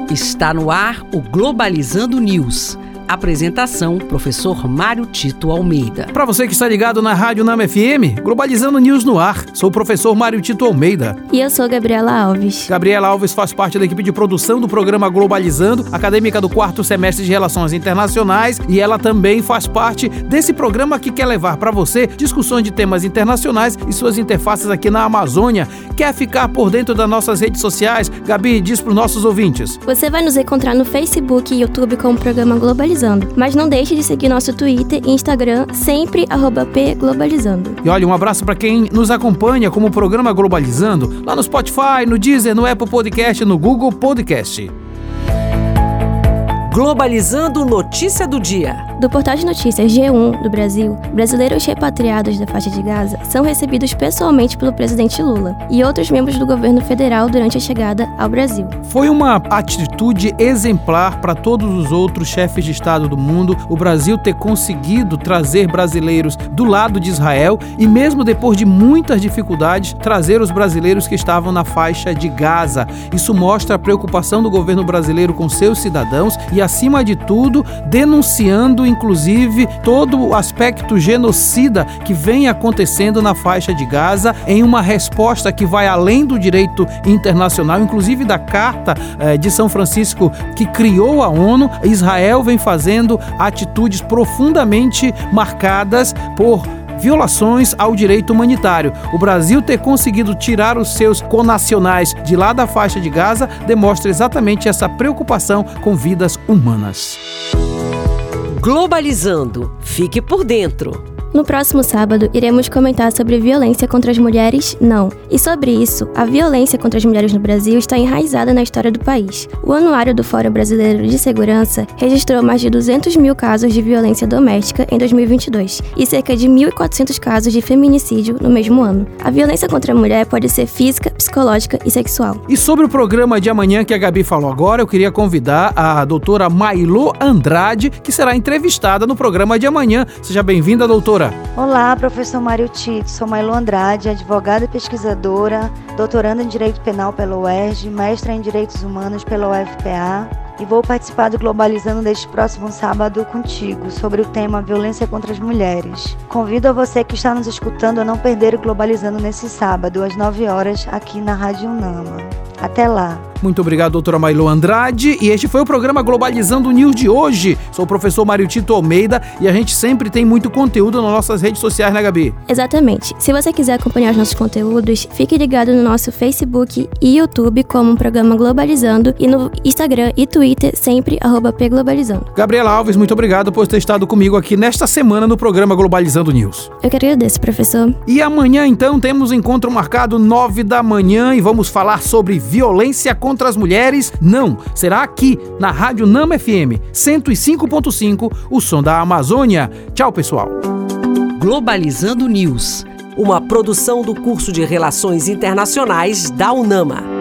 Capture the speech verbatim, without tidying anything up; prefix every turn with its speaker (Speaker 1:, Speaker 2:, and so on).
Speaker 1: Está no ar o Globalizando News. Apresentação, professor Mário Tito Almeida.
Speaker 2: Para você que está ligado na Rádio Nama F M, Globalizando News no ar. Sou o professor Mário Tito Almeida.
Speaker 3: E eu sou Gabriela Alves.
Speaker 2: Gabriela Alves faz parte da equipe de produção do programa Globalizando, acadêmica do quarto semestre de Relações Internacionais, e ela também faz parte desse programa que quer levar para você discussões de temas internacionais e suas interfaces aqui na Amazônia. Quer ficar por dentro das nossas redes sociais? Gabi, diz para os nossos ouvintes.
Speaker 3: Você vai nos encontrar no Facebook e YouTube como programa Globalizando. Mas não deixe de seguir nosso Twitter e Instagram, sempre arroba P Globalizando.
Speaker 2: E olha, um abraço para quem nos acompanha como programa Globalizando, lá no Spotify, no Deezer, no Apple Podcast, no Google Podcast.
Speaker 1: Globalizando Notícia do Dia.
Speaker 3: Do portal de notícias G um do Brasil, brasileiros repatriados da faixa de Gaza são recebidos pessoalmente pelo presidente Lula e outros membros do governo federal durante a chegada ao Brasil.
Speaker 2: Foi uma atitude exemplar para todos os outros chefes de Estado do mundo o Brasil ter conseguido trazer brasileiros do lado de Israel e, mesmo depois de muitas dificuldades, trazer os brasileiros que estavam na faixa de Gaza. Isso mostra a preocupação do governo brasileiro com seus cidadãos e, acima de tudo, denunciando inclusive todo o aspecto genocida que vem acontecendo na faixa de Gaza, em uma resposta que vai além do direito internacional, inclusive da Carta eh, de São Francisco que criou a ONU. Israel vem fazendo atitudes profundamente marcadas por violações ao direito humanitário. O Brasil ter conseguido tirar os seus connacionais de lá da faixa de Gaza demonstra exatamente essa preocupação com vidas humanas.
Speaker 1: Globalizando. Fique por dentro.
Speaker 3: No próximo sábado, iremos comentar sobre violência contra as mulheres, não. E sobre isso, a violência contra as mulheres no Brasil está enraizada na história do país. O Anuário do Fórum Brasileiro de Segurança registrou mais de duzentos mil casos de violência doméstica em dois mil e vinte e dois e cerca de mil e quatrocentos casos de feminicídio no mesmo ano. A violência contra a mulher pode ser física, psicológica e sexual.
Speaker 2: E sobre o programa de amanhã que a Gabi falou agora, eu queria convidar a doutora Mailô Andrade, que será entrevistada no programa de amanhã. Seja bem-vinda, doutora.
Speaker 4: Olá, professor Mário Tito, sou Mailô Andrade, advogada e pesquisadora, doutoranda em Direito Penal pela U E R J, mestra em Direitos Humanos pela U F P A, e vou participar do Globalizando deste próximo sábado contigo, sobre o tema Violência contra as Mulheres. Convido a você que está nos escutando a não perder o Globalizando nesse sábado, às nove horas, aqui na Rádio Nama. Até lá!
Speaker 2: Muito obrigado, doutora Mailô Andrade. E este foi o programa Globalizando News de hoje. Sou o professor Mário Tito Almeida e a gente sempre tem muito conteúdo nas nossas redes sociais, né, Gabi?
Speaker 3: Exatamente. Se você quiser acompanhar os nossos conteúdos, fique ligado no nosso Facebook e YouTube como o programa Globalizando e no Instagram e Twitter, sempre arroba P Globalizando.
Speaker 2: Gabriela Alves, muito obrigado por ter estado comigo aqui nesta semana no programa Globalizando News.
Speaker 3: Eu que agradeço, professor.
Speaker 2: E amanhã, então, temos um encontro marcado nove da manhã e vamos falar sobre violência contra contra as mulheres, não. Será aqui na Rádio Nama F M cento e cinco ponto cinco, o som da Amazônia. Tchau, pessoal.
Speaker 1: Globalizando News, uma produção do curso de Relações Internacionais da UNAMA.